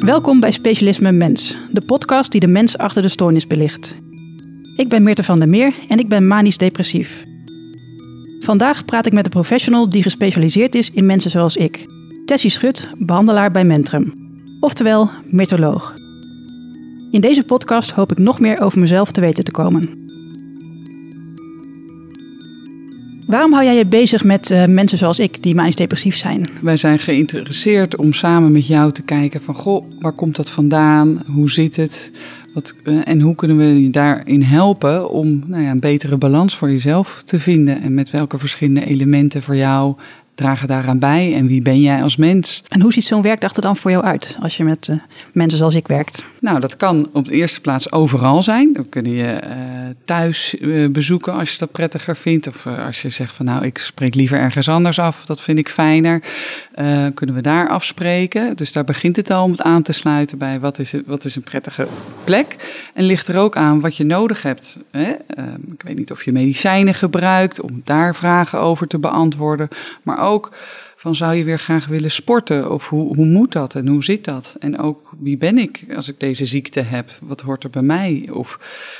Welkom bij Specialisme Mens, de podcast die de mens achter de stoornis belicht. Ik ben Meerte van der Meer en ik ben manisch depressief. Vandaag praat ik met een professional die gespecialiseerd is in mensen zoals ik. Tessie Schut, behandelaar bij Mentrum. Oftewel, metoloog. In deze podcast hoop ik nog meer over mezelf te weten te komen. Waarom hou jij je bezig met mensen zoals ik die manisch depressief zijn? Wij zijn geïnteresseerd om samen met jou te kijken van... goh, waar komt dat vandaan? Hoe zit het? En hoe kunnen we je daarin helpen om een betere balans voor jezelf te vinden? En met welke verschillende elementen voor jou dragen daaraan bij? En wie ben jij als mens? En hoe ziet zo'n werkdag er dan voor jou uit als je met mensen zoals ik werkt? Nou, dat kan op de eerste plaats overal zijn. Dan kun je thuis bezoeken als je dat prettiger vindt. Of als je zegt van ik spreek liever ergens anders af. Dat vind ik fijner. Kunnen we daar afspreken. Dus daar begint het al om het aan te sluiten bij wat is een prettige plek. En ligt er ook aan wat je nodig hebt. Hè? Ik weet niet of je medicijnen gebruikt om daar vragen over te beantwoorden. Maar ook van zou je weer graag willen sporten of hoe moet dat en hoe zit dat? En ook wie ben ik als ik deze ziekte heb? Wat hoort er bij mij? Of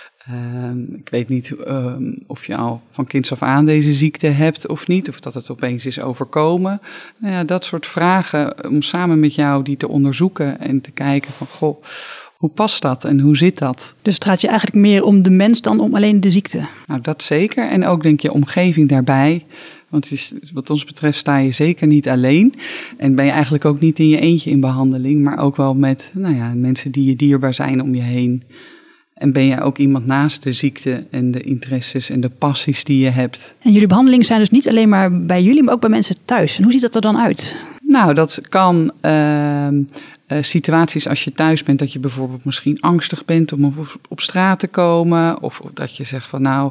ik weet niet of je al van kinds af aan deze ziekte hebt of niet. Of dat het opeens is overkomen. Dat soort vragen om samen met jou die te onderzoeken en te kijken van goh, hoe past dat en hoe zit dat? Dus het gaat je eigenlijk meer om de mens dan om alleen de ziekte? Nou, dat zeker. En ook denk je omgeving daarbij. Want wat ons betreft sta je zeker niet alleen. En ben je eigenlijk ook niet in je eentje in behandeling. Maar ook wel met mensen die je dierbaar zijn om je heen. En ben je ook iemand naast de ziekte en de interesses en de passies die je hebt. En jullie behandelingen zijn dus niet alleen maar bij jullie, maar ook bij mensen thuis. En hoe ziet dat er dan uit? Nou, dat kan situaties als je thuis bent, dat je bijvoorbeeld misschien angstig bent om op straat te komen. Of dat je zegt van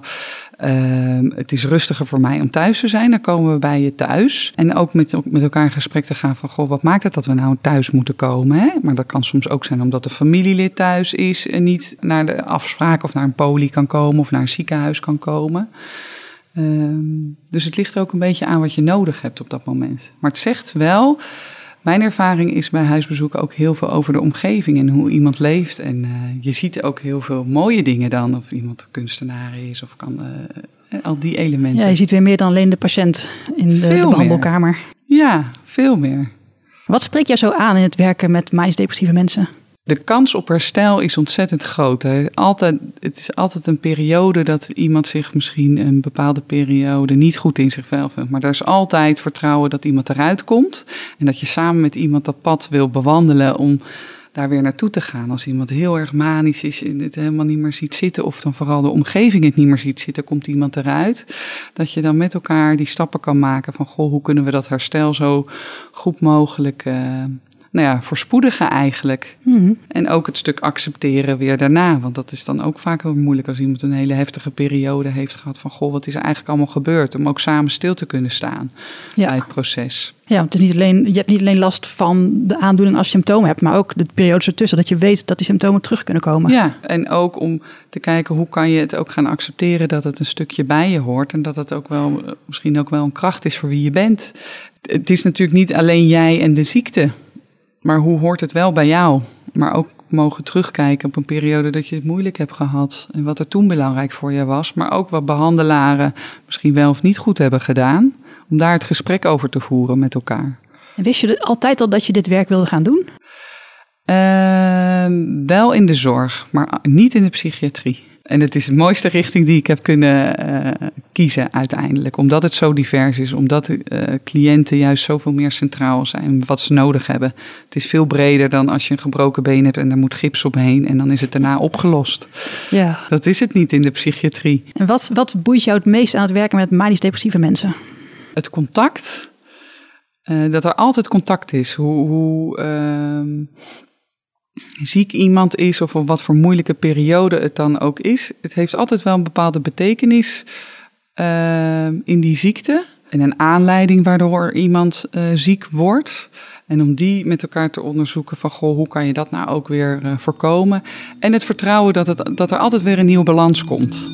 het is rustiger voor mij om thuis te zijn. Dan komen we bij je thuis. En ook met elkaar in gesprek te gaan van goh, wat maakt het dat we nou thuis moeten komen? Hè? Maar dat kan soms ook zijn omdat een familielid thuis is en niet naar de afspraak of naar een poli kan komen of naar een ziekenhuis kan komen. Dus het ligt er ook een beetje aan wat je nodig hebt op dat moment. Maar het zegt wel, mijn ervaring is bij huisbezoeken ook heel veel over de omgeving en hoe iemand leeft. En je ziet ook heel veel mooie dingen dan, of iemand kunstenaar is of kan al die elementen. Ja, je ziet weer meer dan alleen de patiënt in de behandelkamer. Meer. Ja, veel meer. Wat spreekt jou zo aan in het werken met manisch depressieve mensen? De kans op herstel is ontzettend groot. Hè? Het is altijd een periode dat iemand zich misschien een bepaalde periode niet goed in zichzelf vindt. Maar er is altijd vertrouwen dat iemand eruit komt. En dat je samen met iemand dat pad wil bewandelen om daar weer naartoe te gaan. Als iemand heel erg manisch is en het helemaal niet meer ziet zitten, of dan vooral de omgeving het niet meer ziet zitten, komt iemand eruit. Dat je dan met elkaar die stappen kan maken van goh, hoe kunnen we dat herstel zo goed mogelijk voorspoedigen eigenlijk. Mm-hmm. En ook het stuk accepteren weer daarna. Want dat is dan ook vaak heel moeilijk als iemand een hele heftige periode heeft gehad van goh, wat is er eigenlijk allemaal gebeurd? Om ook samen stil te kunnen staan bij het proces. Ja, want je hebt niet alleen last van de aandoening als je symptomen hebt, maar ook de periodes ertussen, dat je weet dat die symptomen terug kunnen komen. Ja, en ook om te kijken hoe kan je het ook gaan accepteren dat het een stukje bij je hoort en dat het ook wel misschien ook wel een kracht is voor wie je bent. Het is natuurlijk niet alleen jij en de ziekte. Maar hoe hoort het wel bij jou? Maar ook mogen terugkijken op een periode dat je het moeilijk hebt gehad. En wat er toen belangrijk voor je was. Maar ook wat behandelaren misschien wel of niet goed hebben gedaan. Om daar het gesprek over te voeren met elkaar. En wist je altijd al dat je dit werk wilde gaan doen? Wel in de zorg, maar niet in de psychiatrie. En het is de mooiste richting die ik heb kunnen kiezen uiteindelijk. Omdat het zo divers is. Omdat de cliënten juist zoveel meer centraal zijn. Wat ze nodig hebben. Het is veel breder dan als je een gebroken been hebt en er moet gips omheen. En dan is het daarna opgelost. Ja. Dat is het niet in de psychiatrie. En wat boeit jou het meest aan het werken met manisch depressieve mensen? Het contact. Dat er altijd contact is. Hoe ziek iemand is of op wat voor moeilijke periode het dan ook is. Het heeft altijd wel een bepaalde betekenis in die ziekte. En een aanleiding waardoor iemand ziek wordt. En om die met elkaar te onderzoeken van goh, hoe kan je dat nou ook weer voorkomen. En het vertrouwen dat er altijd weer een nieuwe balans komt.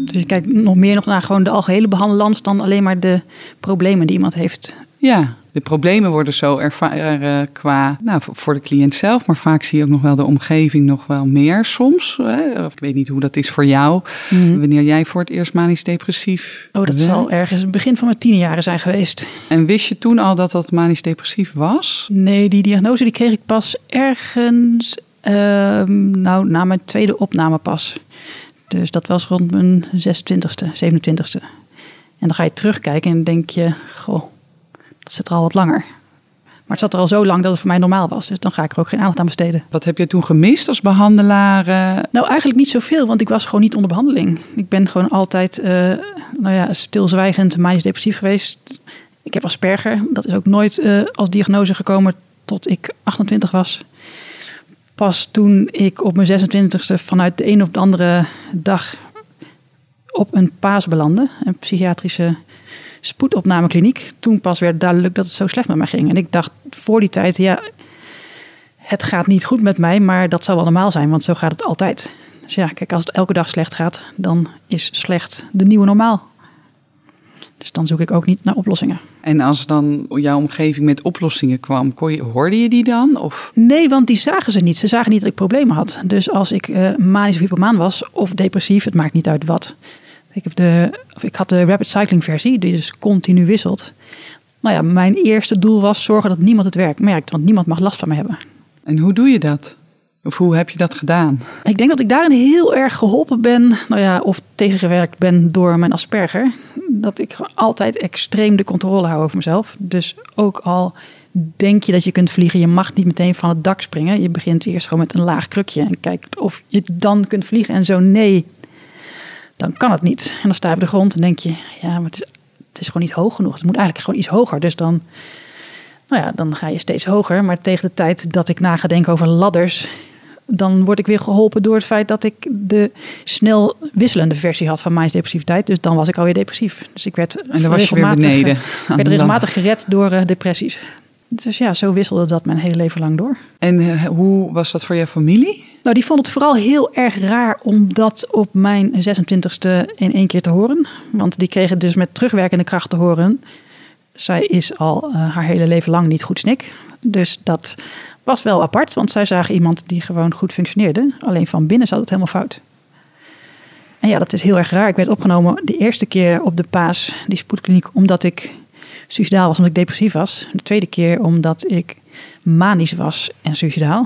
Dus je kijkt nog meer naar gewoon de algehele behandelans dan alleen maar de problemen die iemand heeft. Ja, de problemen worden zo ervaren voor de cliënt zelf, maar vaak zie je ook nog wel de omgeving nog wel meer soms. Of ik weet niet hoe dat is voor jou. Wanneer jij voor het eerst manisch depressief dat zal ergens het begin van mijn tienerjaren zijn geweest. En wist je toen al dat dat manisch depressief was? Nee, die diagnose die kreeg ik pas ergens na mijn tweede opname pas. Dus dat was rond mijn 26e, 27e. En dan ga je terugkijken en denk je, goh, dat zit er al wat langer. Maar het zat er al zo lang dat het voor mij normaal was. Dus dan ga ik er ook geen aandacht aan besteden. Wat heb je toen gemist als behandelaar? Nou, eigenlijk niet zoveel, want ik was gewoon niet onder behandeling. Ik ben gewoon altijd stilzwijgend manisch depressief geweest. Ik heb Asperger. Dat is ook nooit als diagnose gekomen tot ik 28 was. Pas toen ik op mijn 26e vanuit de een of de andere dag op een PAS belandde, een psychiatrische spoedopnamekliniek. Toen pas werd duidelijk dat het zo slecht met mij ging. En ik dacht voor die tijd, het gaat niet goed met mij, maar dat zal wel normaal zijn, want zo gaat het altijd. Dus ja, kijk, als het elke dag slecht gaat, dan is slecht de nieuwe normaal. Dus dan zoek ik ook niet naar oplossingen. En als dan jouw omgeving met oplossingen kwam, hoorde je die dan? Of? Nee, want die zagen ze niet. Ze zagen niet dat ik problemen had. Dus als ik manisch of hypomaan was of depressief, het maakt niet uit wat. Ik had de rapid cycling versie, die dus continu wisselt. Nou ja, mijn eerste doel was zorgen dat niemand het werk merkt, want niemand mag last van me hebben. En hoe doe je dat? Of hoe heb je dat gedaan? Ik denk dat ik daarin heel erg geholpen ben, of tegengewerkt ben door mijn Asperger. Dat ik altijd extreem de controle hou over mezelf. Dus ook al denk je dat je kunt vliegen, je mag niet meteen van het dak springen. Je begint eerst gewoon met een laag krukje en kijkt of je dan kunt vliegen. En zo nee, dan kan het niet. En dan sta je op de grond en denk je, ja, maar het is gewoon niet hoog genoeg. Het moet eigenlijk gewoon iets hoger. Dus dan ga je steeds hoger. Maar tegen de tijd dat ik na ga denken over ladders, dan word ik weer geholpen door het feit dat ik de snel wisselende versie had van manisch depressiviteit. Dus dan was ik alweer depressief. Dus ik werd en dan was je weer beneden. werd regelmatig gered door depressies. Dus ja, zo wisselde dat mijn hele leven lang door. En hoe was dat voor jouw familie? Nou, die vond het vooral heel erg raar om dat op mijn 26e in één keer te horen. Want die kregen dus met terugwerkende kracht te horen. Zij is al haar hele leven lang niet goed snik. Dus dat was wel apart, want zij zagen iemand die gewoon goed functioneerde. Alleen van binnen zat het helemaal fout. En ja, dat is heel erg raar. Ik werd opgenomen de eerste keer op de PAS, die spoedkliniek, omdat ik suicidaal was, omdat ik depressief was. De tweede keer omdat ik manisch was en suicidaal.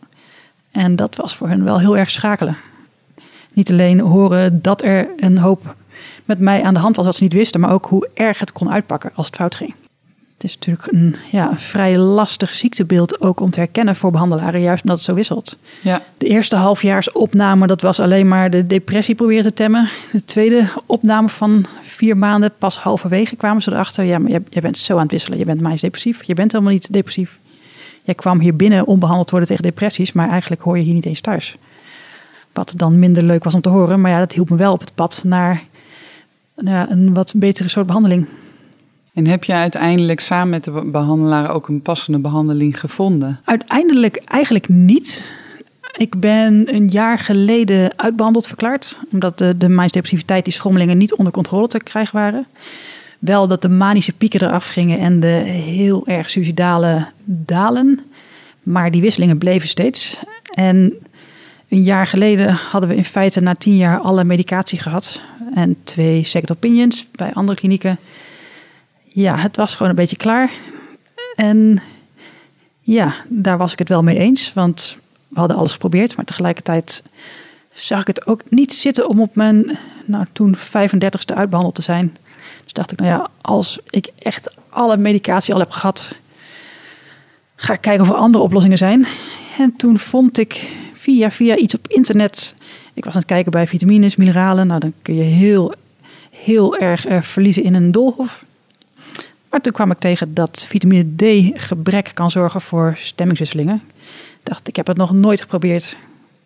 En dat was voor hen wel heel erg schakelen. Niet alleen horen dat er een hoop met mij aan de hand was wat ze niet wisten, maar ook hoe erg het kon uitpakken als het fout ging. Het is natuurlijk een vrij lastig ziektebeeld ook om te herkennen voor behandelaren, juist omdat het zo wisselt. Ja. De eerste halfjaarsopname, dat was alleen maar de depressie proberen te temmen. De tweede opname van 4 maanden, pas halverwege kwamen ze erachter. Ja, maar jij bent zo aan het wisselen. Je bent manisch depressief. Je bent helemaal niet depressief. Jij kwam hier binnen onbehandeld worden tegen depressies, maar eigenlijk hoor je hier niet eens thuis. Wat dan minder leuk was om te horen, maar ja, dat hielp me wel op het pad naar een wat betere soort behandeling. En heb je uiteindelijk samen met de behandelaar ook een passende behandeling gevonden? Uiteindelijk eigenlijk niet. Ik ben een jaar geleden uitbehandeld verklaard, omdat de manisch depressiviteit, die schommelingen niet onder controle te krijgen waren. Wel dat de manische pieken eraf gingen en de heel erg suicidale dalen. Maar die wisselingen bleven steeds. En een jaar geleden hadden we in feite na 10 jaar alle medicatie gehad. En 2 second opinions bij andere klinieken. Ja, het was gewoon een beetje klaar. En ja, daar was ik het wel mee eens. Want we hadden alles geprobeerd. Maar tegelijkertijd zag ik het ook niet zitten om op mijn toen 35e uitbehandeld te zijn. Dus dacht ik, als ik echt alle medicatie al heb gehad, ga ik kijken of er andere oplossingen zijn. En toen vond ik via iets op internet. Ik was aan het kijken bij vitamines, mineralen. Nou, dan kun je heel erg verliezen in een doolhof. Maar toen kwam ik tegen dat vitamine D gebrek kan zorgen voor stemmingswisselingen. Ik dacht, ik heb het nog nooit geprobeerd.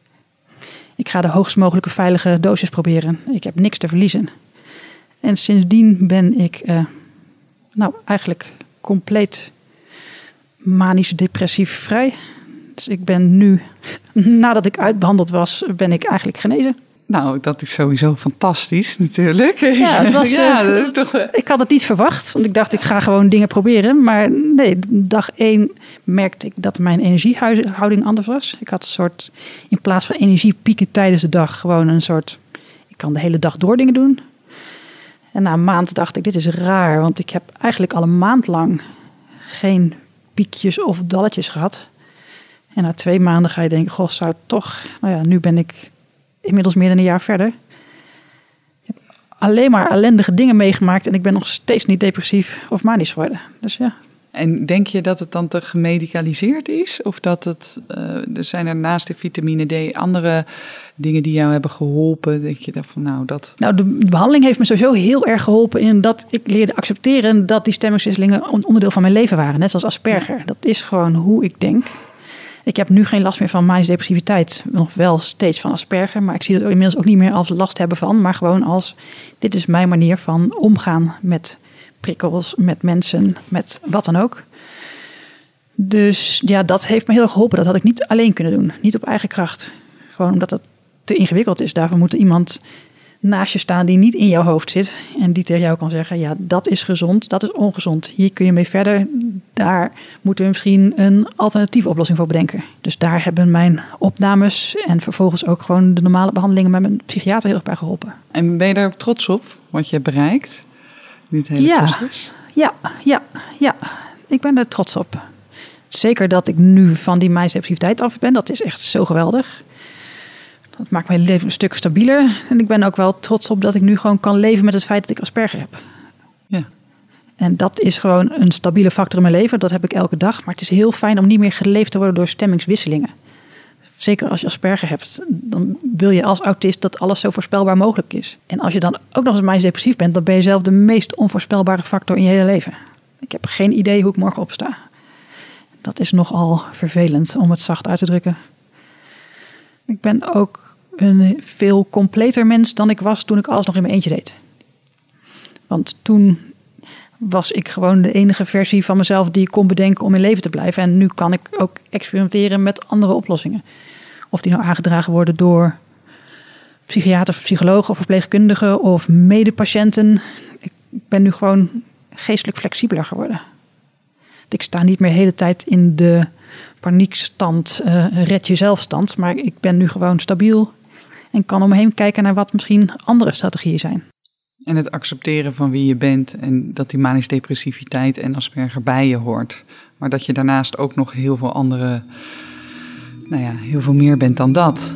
Ik ga de hoogst mogelijke veilige dosis proberen. Ik heb niks te verliezen. En sindsdien ben ik eigenlijk compleet manisch depressief vrij. Dus ik ben nu, nadat ik uitbehandeld was, ben ik eigenlijk genezen. Nou, dat is sowieso fantastisch natuurlijk. Ja, het was, dat is toch... Ik had het niet verwacht, want ik dacht ik ga gewoon dingen proberen. Maar nee, dag 1 merkte ik dat mijn energiehouding anders was. Ik had een soort, in plaats van energiepieken tijdens de dag, gewoon een soort... Ik kan de hele dag door dingen doen. En na een maand dacht ik, dit is raar, want ik heb eigenlijk al een maand lang geen piekjes of dalletjes gehad. En na 2 maanden ga je denken, goh, zou het toch... Nou ja, nu ben ik inmiddels meer dan een jaar verder. Ik heb alleen maar ellendige dingen meegemaakt en ik ben nog steeds niet depressief of manisch geworden. Dus ja. En denk je dat het dan te gemedicaliseerd is? Of dat het, zijn er naast de vitamine D andere dingen die jou hebben geholpen? Dat je dacht van nou dat... Nou, de behandeling heeft me sowieso heel erg geholpen in dat ik leerde accepteren dat die stemmingswisselingen een onderdeel van mijn leven waren. Net zoals Asperger. Dat is gewoon hoe ik denk. Ik heb nu geen last meer van manische depressiviteit. Nog wel steeds van Asperger. Maar ik zie dat inmiddels ook niet meer als last hebben van. Maar gewoon als, dit is mijn manier van omgaan met prikkels, met mensen, met wat dan ook. Dus ja, dat heeft me heel erg geholpen. Dat had ik niet alleen kunnen doen. Niet op eigen kracht. Gewoon omdat het te ingewikkeld is. Daarvoor moet er iemand naast je staan die niet in jouw hoofd zit. En die tegen jou kan zeggen, ja, dat is gezond, dat is ongezond. Hier kun je mee verder. Daar moeten we misschien een alternatieve oplossing voor bedenken. Dus daar hebben mijn opnames en vervolgens ook gewoon de normale behandelingen met mijn psychiater heel erg bij geholpen. En ben je daar trots op, wat je hebt bereikt? Dit hele proces? Ja. Ik ben er trots op. Zeker dat ik nu van die manische depressiviteit af ben. Dat is echt zo geweldig. Dat maakt mijn leven een stuk stabieler. En ik ben ook wel trots op dat ik nu gewoon kan leven met het feit dat ik Asperger heb. Ja. En dat is gewoon een stabiele factor in mijn leven. Dat heb ik elke dag. Maar het is heel fijn om niet meer geleefd te worden door stemmingswisselingen. Zeker als je Asperger hebt, dan wil je als autist dat alles zo voorspelbaar mogelijk is. En als je dan ook nog eens manisch depressief bent, dan ben je zelf de meest onvoorspelbare factor in je hele leven. Ik heb geen idee hoe ik morgen opsta. Dat is nogal vervelend om het zacht uit te drukken. Ik ben ook een veel completer mens dan ik was toen ik alles nog in mijn eentje deed. Want toen was ik gewoon de enige versie van mezelf die ik kon bedenken om in leven te blijven. En nu kan ik ook experimenteren met andere oplossingen. Of die nou aangedragen worden door psychiater of psychologen of verpleegkundigen of medepatiënten. Ik ben nu gewoon geestelijk flexibeler geworden. Ik sta niet meer de hele tijd in de paniekstand, red jezelf stand. Maar ik ben nu gewoon stabiel en kan om me heen kijken naar wat misschien andere strategieën zijn. En het accepteren van wie je bent en dat die manisch depressiviteit en Asperger bij je hoort. Maar dat je daarnaast ook nog heel veel andere, heel veel meer bent dan dat.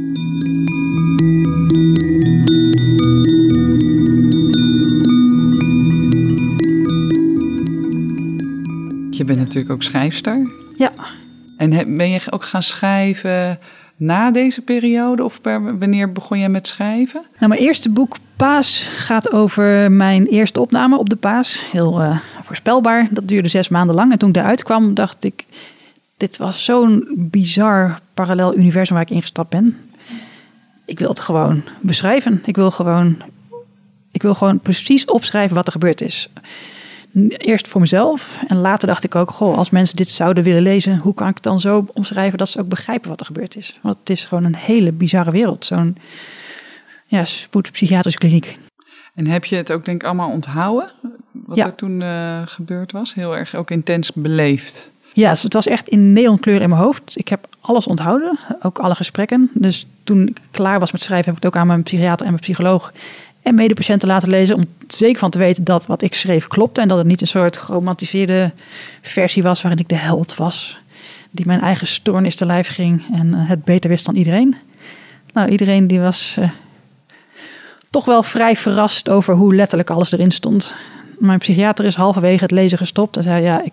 Je bent natuurlijk ook schrijfster. Ja. En ben je ook gaan schrijven na deze periode? Of wanneer begon je met schrijven? Nou, mijn eerste boek, Paas, gaat over mijn eerste opname op de Paas. Heel voorspelbaar. Dat duurde 6 maanden lang. En toen ik eruit kwam, dacht ik, dit was zo'n bizar parallel universum waar ik ingestapt ben. Ik wil het gewoon beschrijven. Ik wil gewoon precies opschrijven wat er gebeurd is. Eerst voor mezelf en later dacht ik ook, als mensen dit zouden willen lezen, hoe kan ik het dan zo omschrijven dat ze ook begrijpen wat er gebeurd is? Want het is gewoon een hele bizarre wereld, zo'n spoedpsychiatrische kliniek. En heb je het ook denk ik allemaal onthouden, wat er toen gebeurd was? Heel erg ook intens beleefd. Ja, het was echt in neonkleur in mijn hoofd. Ik heb alles onthouden, ook alle gesprekken. Dus toen ik klaar was met schrijven, heb ik het ook aan mijn psychiater en mijn psycholoog en medepatiënten laten lezen om zeker van te weten dat wat ik schreef klopte en dat het niet een soort geromantiseerde versie was waarin ik de held was, die mijn eigen stoornis te lijf ging en het beter wist dan iedereen. Nou, iedereen die was toch wel vrij verrast over hoe letterlijk alles erin stond. Mijn psychiater is halverwege het lezen gestopt en zei,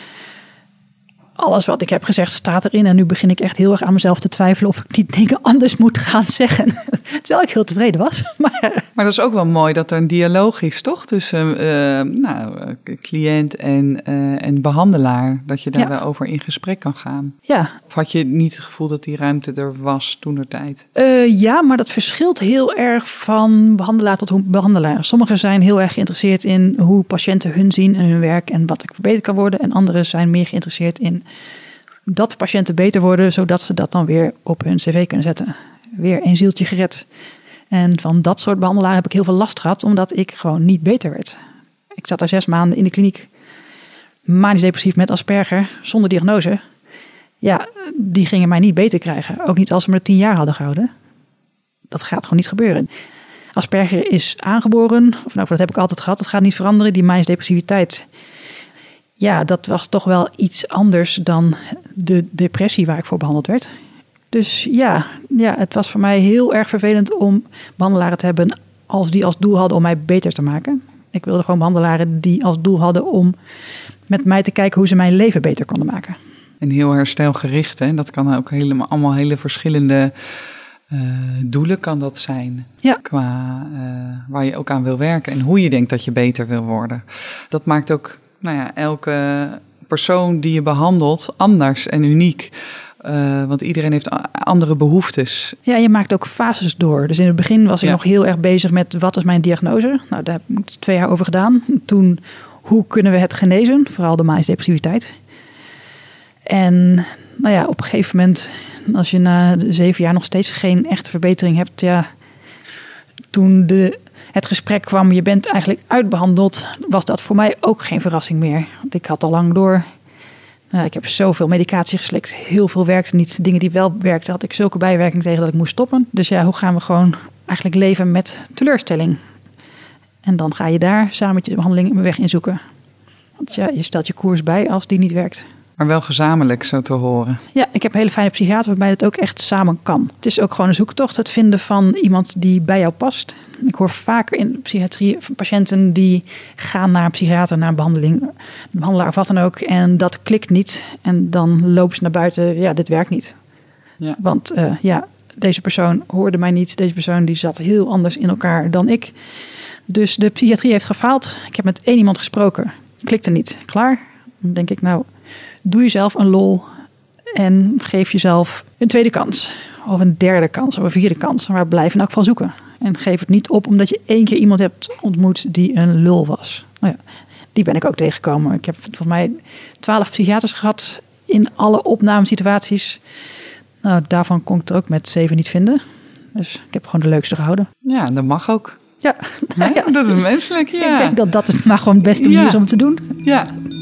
alles wat ik heb gezegd staat erin. En nu begin ik echt heel erg aan mezelf te twijfelen of ik niet dingen anders moet gaan zeggen. Terwijl ik heel tevreden was. Maar dat is ook wel mooi dat er een dialoog is, toch? Tussen cliënt en behandelaar. Dat je daar wel over in gesprek kan gaan. Ja. Of had je niet het gevoel dat die ruimte er was toentertijd? Ja, maar dat verschilt heel erg van behandelaar tot behandelaar. Sommigen zijn heel erg geïnteresseerd in hoe patiënten hun zien en hun werk en wat er verbeterd kan worden. En anderen zijn meer geïnteresseerd in dat patiënten beter worden, zodat ze dat dan weer op hun cv kunnen zetten. Weer een zieltje gered. En van dat soort behandelaren heb ik heel veel last gehad, omdat ik gewoon niet beter werd. Ik zat daar 6 maanden in de kliniek, manisch depressief met Asperger, zonder diagnose. Ja, die gingen mij niet beter krijgen. Ook niet als ze me 10 jaar hadden gehouden. Dat gaat gewoon niet gebeuren. Asperger is aangeboren, of nou, dat heb ik altijd gehad, dat gaat niet veranderen. Die manisch depressiviteit, ja, dat was toch wel iets anders dan de depressie waar ik voor behandeld werd. Dus ja, het was voor mij heel erg vervelend om behandelaren te hebben die als doel hadden om mij beter te maken. Ik wilde gewoon behandelaren die als doel hadden om met mij te kijken hoe ze mijn leven beter konden maken. En heel herstelgericht, hè? Dat kan ook allemaal hele verschillende doelen kan dat zijn. Ja. Qua waar je ook aan wil werken en hoe je denkt dat je beter wil worden. Dat maakt ook elke persoon die je behandelt anders en uniek. Want iedereen heeft andere behoeftes. Ja, je maakt ook fases door. Dus in het begin was ik nog heel erg bezig met wat is mijn diagnose. Nou, daar heb ik 2 jaar over gedaan. Toen, hoe kunnen we het genezen? Vooral de manische depressiviteit. En op een gegeven moment, als je na 7 jaar nog steeds geen echte verbetering hebt. Ja, toen het gesprek kwam, je bent eigenlijk uitbehandeld, was dat voor mij ook geen verrassing meer. Want ik had al lang door. Ik heb zoveel medicatie geslikt. Heel veel werkte niet. Dingen die wel werkten, had ik zulke bijwerking tegen dat ik moest stoppen. Dus ja, hoe gaan we gewoon eigenlijk leven met teleurstelling? En dan ga je daar samen met je behandeling een weg in zoeken. Want ja, je stelt je koers bij als die niet werkt. Maar wel gezamenlijk, zo te horen. Ja, ik heb een hele fijne psychiater waarbij het ook echt samen kan. Het is ook gewoon een zoektocht, het vinden van iemand die bij jou past. Ik hoor vaker in de psychiatrie van patiënten die gaan naar een psychiater, naar een behandeling, een behandelaar of wat dan ook. En dat klikt niet. En dan lopen ze naar buiten, ja, dit werkt niet. Ja. Want deze persoon hoorde mij niet. Deze persoon die zat heel anders in elkaar dan ik. Dus de psychiatrie heeft gefaald. Ik heb met 1 iemand gesproken. Klikte niet. Klaar? Dan denk ik, doe jezelf een lol en geef jezelf een 2e kans. Of een 3e kans, of een 4e kans. Maar blijf in elk geval zoeken. En geef het niet op omdat je 1 keer iemand hebt ontmoet die een lul was. Die ben ik ook tegengekomen. Ik heb volgens mij 12 psychiaters gehad in alle opnamesituaties. Daarvan kon ik er ook met 7 niet vinden. Dus ik heb gewoon de leukste gehouden. Ja, dat mag ook. Ja, dat is menselijk, ja. Ik denk dat dat het maar gewoon het beste manier is om het te doen. Ja.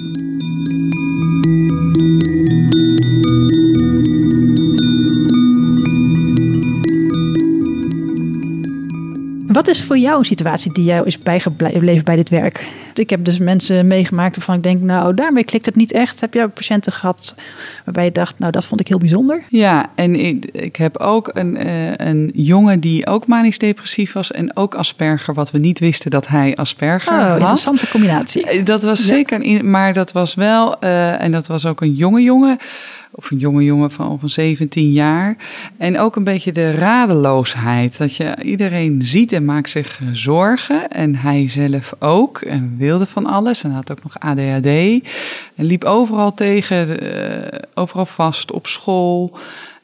Wat is voor jou een situatie die jou is bijgebleven bij dit werk? Ik heb dus mensen meegemaakt waarvan ik denk, daarmee klikt het niet echt. Heb jij ook patiënten gehad waarbij je dacht, dat vond ik heel bijzonder? Ja, en ik heb ook een jongen die ook manisch depressief was en ook Asperger, wat we niet wisten dat hij Asperger had. Interessante combinatie. Dat was zeker, maar dat was wel, en dat was ook een jonge jongen. Of een jonge jongen van 17 jaar. En ook een beetje de radeloosheid. Dat je iedereen ziet en maakt zich zorgen. En hij zelf ook. En wilde van alles. En had ook nog ADHD. En liep overal tegen. Overal vast op school.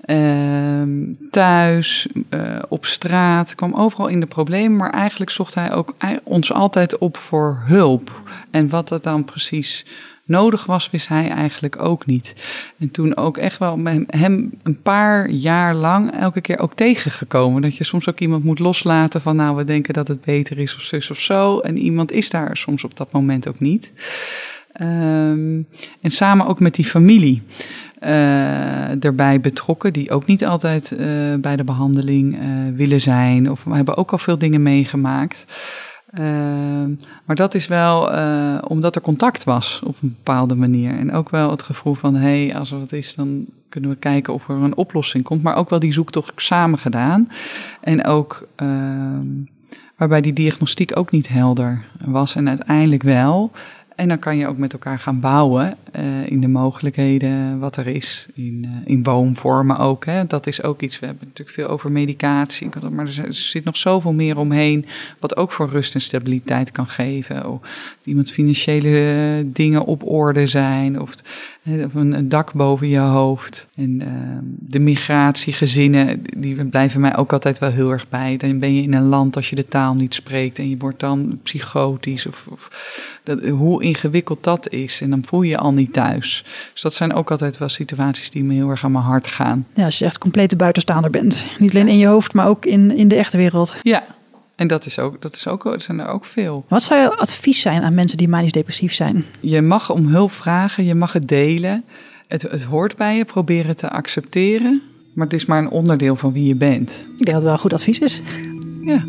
Thuis. Op straat. Kwam overal in de problemen. Maar eigenlijk zocht hij ook ons altijd op voor hulp. En wat dat dan precies nodig was, wist hij eigenlijk ook niet. En toen ook echt wel met hem een paar jaar lang elke keer ook tegengekomen. Dat je soms ook iemand moet loslaten van we denken dat het beter is of zus of zo. En iemand is daar soms op dat moment ook niet. En samen ook met die familie erbij betrokken, die ook niet altijd bij de behandeling willen zijn. Of we hebben ook al veel dingen meegemaakt. Maar dat is wel omdat er contact was op een bepaalde manier. En ook wel het gevoel van, als er wat is, dan kunnen we kijken of er een oplossing komt. Maar ook wel die zoektocht samen gedaan. En ook waarbij die diagnostiek ook niet helder was en uiteindelijk wel. En dan kan je ook met elkaar gaan bouwen in de mogelijkheden wat er is. In woonvormen ook. Hè. Dat is ook iets. We hebben natuurlijk veel over medicatie. Maar er zit nog zoveel meer omheen. Wat ook voor rust en stabiliteit kan geven. Of iemand financiële dingen op orde zijn. Of een dak boven je hoofd. En de migratiegezinnen, die blijven mij ook altijd wel heel erg bij. Dan ben je in een land als je de taal niet spreekt. En je wordt dan psychotisch. hoe ingewikkeld dat is. En dan voel je je al niet thuis. Dus dat zijn ook altijd wel situaties die me heel erg aan mijn hart gaan. Ja, als je echt complete buitenstaander bent. Niet alleen in je hoofd, maar ook in de echte wereld. Ja, en dat zijn er ook veel. Wat zou jouw advies zijn aan mensen die manisch depressief zijn? Je mag om hulp vragen, je mag het delen. Het hoort bij je, probeer het te accepteren. Maar het is maar een onderdeel van wie je bent. Ik denk dat het wel goed advies is. Ja.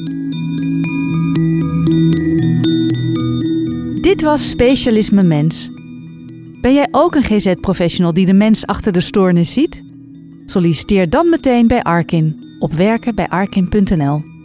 Dit was Specialisme Mens. Ben jij ook een GZ-professional die de mens achter de stoornis ziet? Solliciteer dan meteen bij Arkin op werkenbijarkin.nl.